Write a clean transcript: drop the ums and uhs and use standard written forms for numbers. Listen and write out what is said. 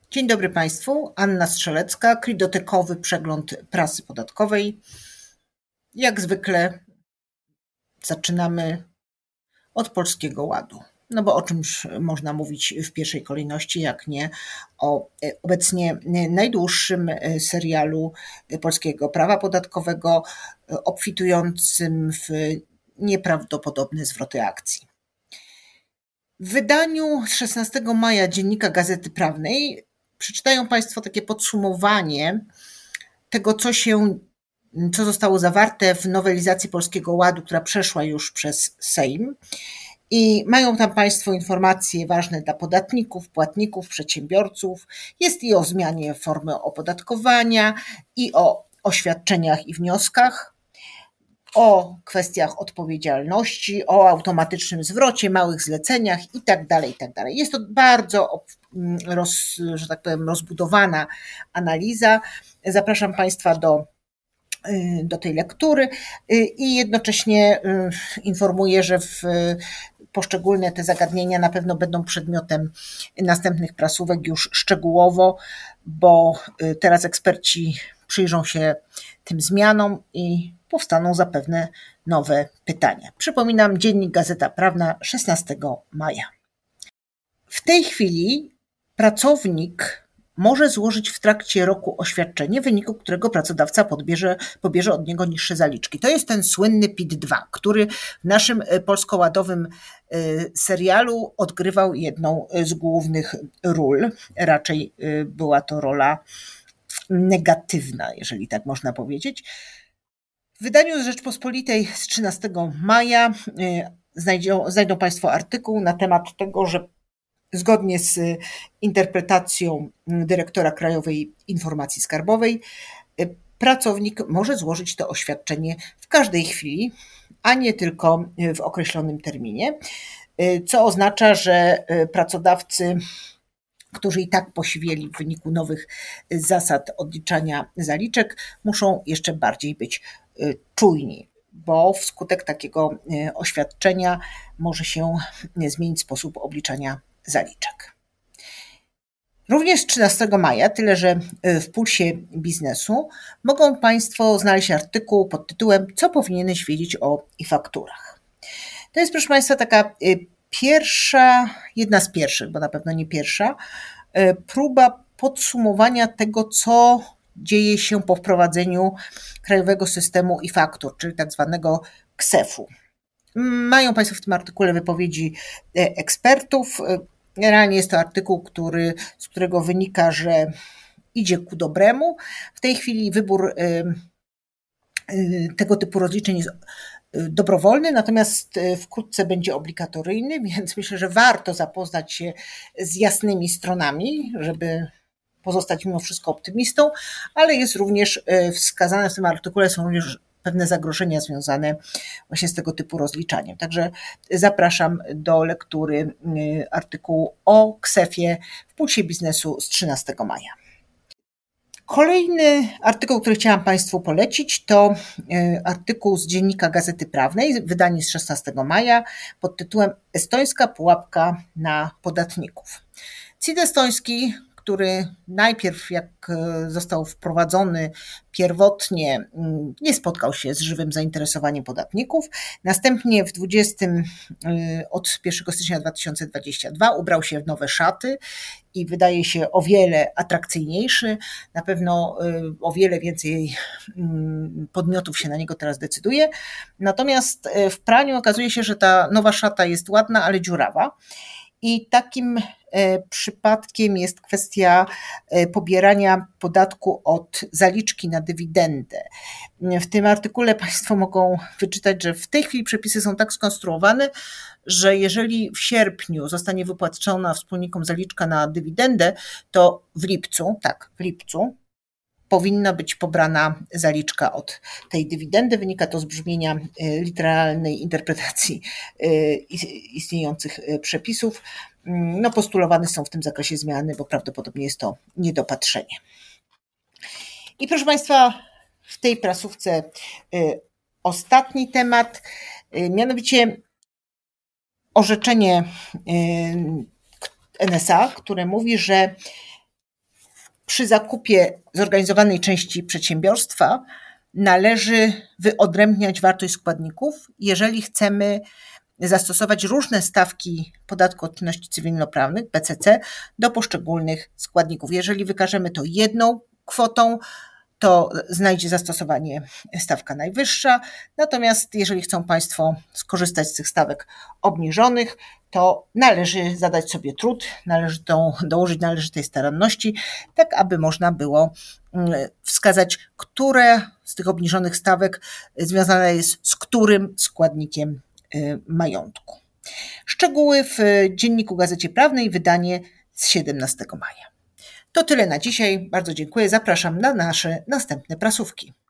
Dzień dobry Państwu, Anna Strzelecka, kridotekowy przegląd prasy podatkowej. Jak zwykle zaczynamy od Polskiego Ładu. No bo o czymś można mówić w pierwszej kolejności, jak nie o obecnie najdłuższym serialu polskiego prawa podatkowego, obfitującym w nieprawdopodobne zwroty akcji. W wydaniu z 16 maja Dziennika Gazety Prawnej przeczytają Państwo takie podsumowanie tego, co zostało zawarte w nowelizacji Polskiego Ładu, która przeszła już przez Sejm. I mają tam Państwo informacje ważne dla podatników, płatników, przedsiębiorców. Jest i o zmianie formy opodatkowania, i o oświadczeniach i wnioskach, o kwestiach odpowiedzialności, o automatycznym zwrocie, małych zleceniach itd. Jest to bardzo, że tak powiem, rozbudowana analiza. Zapraszam Państwa do tej lektury i jednocześnie informuję, że poszczególne te zagadnienia na pewno będą przedmiotem następnych prasówek już szczegółowo, bo teraz eksperci przyjrzą się tym zmianom i powstaną zapewne nowe pytania. Przypominam, Dziennik Gazeta Prawna 16 maja. W tej chwili pracownik może złożyć w trakcie roku oświadczenie, w wyniku którego pracodawca pobierze od niego niższe zaliczki. To jest ten słynny PIT-2, który w naszym polsko-ładowym serialu odgrywał jedną z głównych ról. Raczej była to rola negatywna, jeżeli tak można powiedzieć. W wydaniu Rzeczpospolitej z 13 maja znajdą Państwo artykuł na temat tego, że zgodnie z interpretacją dyrektora Krajowej Informacji Skarbowej, pracownik może złożyć to oświadczenie w każdej chwili, a nie tylko w określonym terminie, co oznacza, że pracodawcy, którzy i tak posiwieli w wyniku nowych zasad odliczania zaliczek, muszą jeszcze bardziej być czujni, bo wskutek takiego oświadczenia może się zmienić sposób obliczania zaliczek. Również 13 maja, tyle że w Pulsie Biznesu, mogą Państwo znaleźć artykuł pod tytułem: Co powinieneś wiedzieć o e-fakturach? To jest, proszę Państwa, taka jedna z pierwszych, bo na pewno nie pierwsza, próba podsumowania tego, co dzieje się po wprowadzeniu Krajowego Systemu e-Faktur, czyli tak zwanego KSeF-u. Mają Państwo w tym artykule wypowiedzi ekspertów. Generalnie jest to artykuł, z którego wynika, że idzie ku dobremu. W tej chwili wybór tego typu rozliczeń jest dobrowolny, natomiast wkrótce będzie obligatoryjny, więc myślę, że warto zapoznać się z jasnymi stronami, żeby pozostać mimo wszystko optymistą, ale jest również wskazane w tym artykule, są również pewne zagrożenia związane właśnie z tego typu rozliczaniem. Także zapraszam do lektury artykułu o KSeF-ie w Pulsie Biznesu z 13 maja. Kolejny artykuł, który chciałam Państwu polecić, to artykuł z Dziennika Gazety Prawnej, wydanie z 16 maja pod tytułem Estońska pułapka na podatników. CIT estoński, który najpierw, jak został wprowadzony pierwotnie, nie spotkał się z żywym zainteresowaniem podatników. Następnie od 1 stycznia 2022 ubrał się w nowe szaty i wydaje się o wiele atrakcyjniejszy. Na pewno o wiele więcej podmiotów się na niego teraz decyduje. Natomiast w praniu okazuje się, że ta nowa szata jest ładna, ale dziurawa. I takim przypadkiem jest kwestia pobierania podatku od zaliczki na dywidendę. W tym artykule Państwo mogą wyczytać, że w tej chwili przepisy są tak skonstruowane, że jeżeli w sierpniu zostanie wypłacona wspólnikom zaliczka na dywidendę, to w lipcu powinna być pobrana zaliczka od tej dywidendy. Wynika to z brzmienia literalnej interpretacji istniejących przepisów. Postulowane są w tym zakresie zmiany, bo prawdopodobnie jest to niedopatrzenie. I proszę Państwa, w tej prasówce ostatni temat, mianowicie orzeczenie NSA, które mówi, że Przy zakupie zorganizowanej części przedsiębiorstwa należy wyodrębniać wartość składników, jeżeli chcemy zastosować różne stawki podatku od czynności cywilnoprawnych, PCC, do poszczególnych składników. Jeżeli wykażemy to jedną kwotą, to znajdzie zastosowanie stawka najwyższa. Natomiast jeżeli chcą Państwo skorzystać z tych stawek obniżonych, to należy zadać sobie trud, należy dołożyć należytej staranności, tak aby można było wskazać, które z tych obniżonych stawek związane jest z którym składnikiem majątku. Szczegóły w Dzienniku Gazecie Prawnej, wydanie z 17 maja. To tyle na dzisiaj. Bardzo dziękuję. Zapraszam na nasze następne prasówki.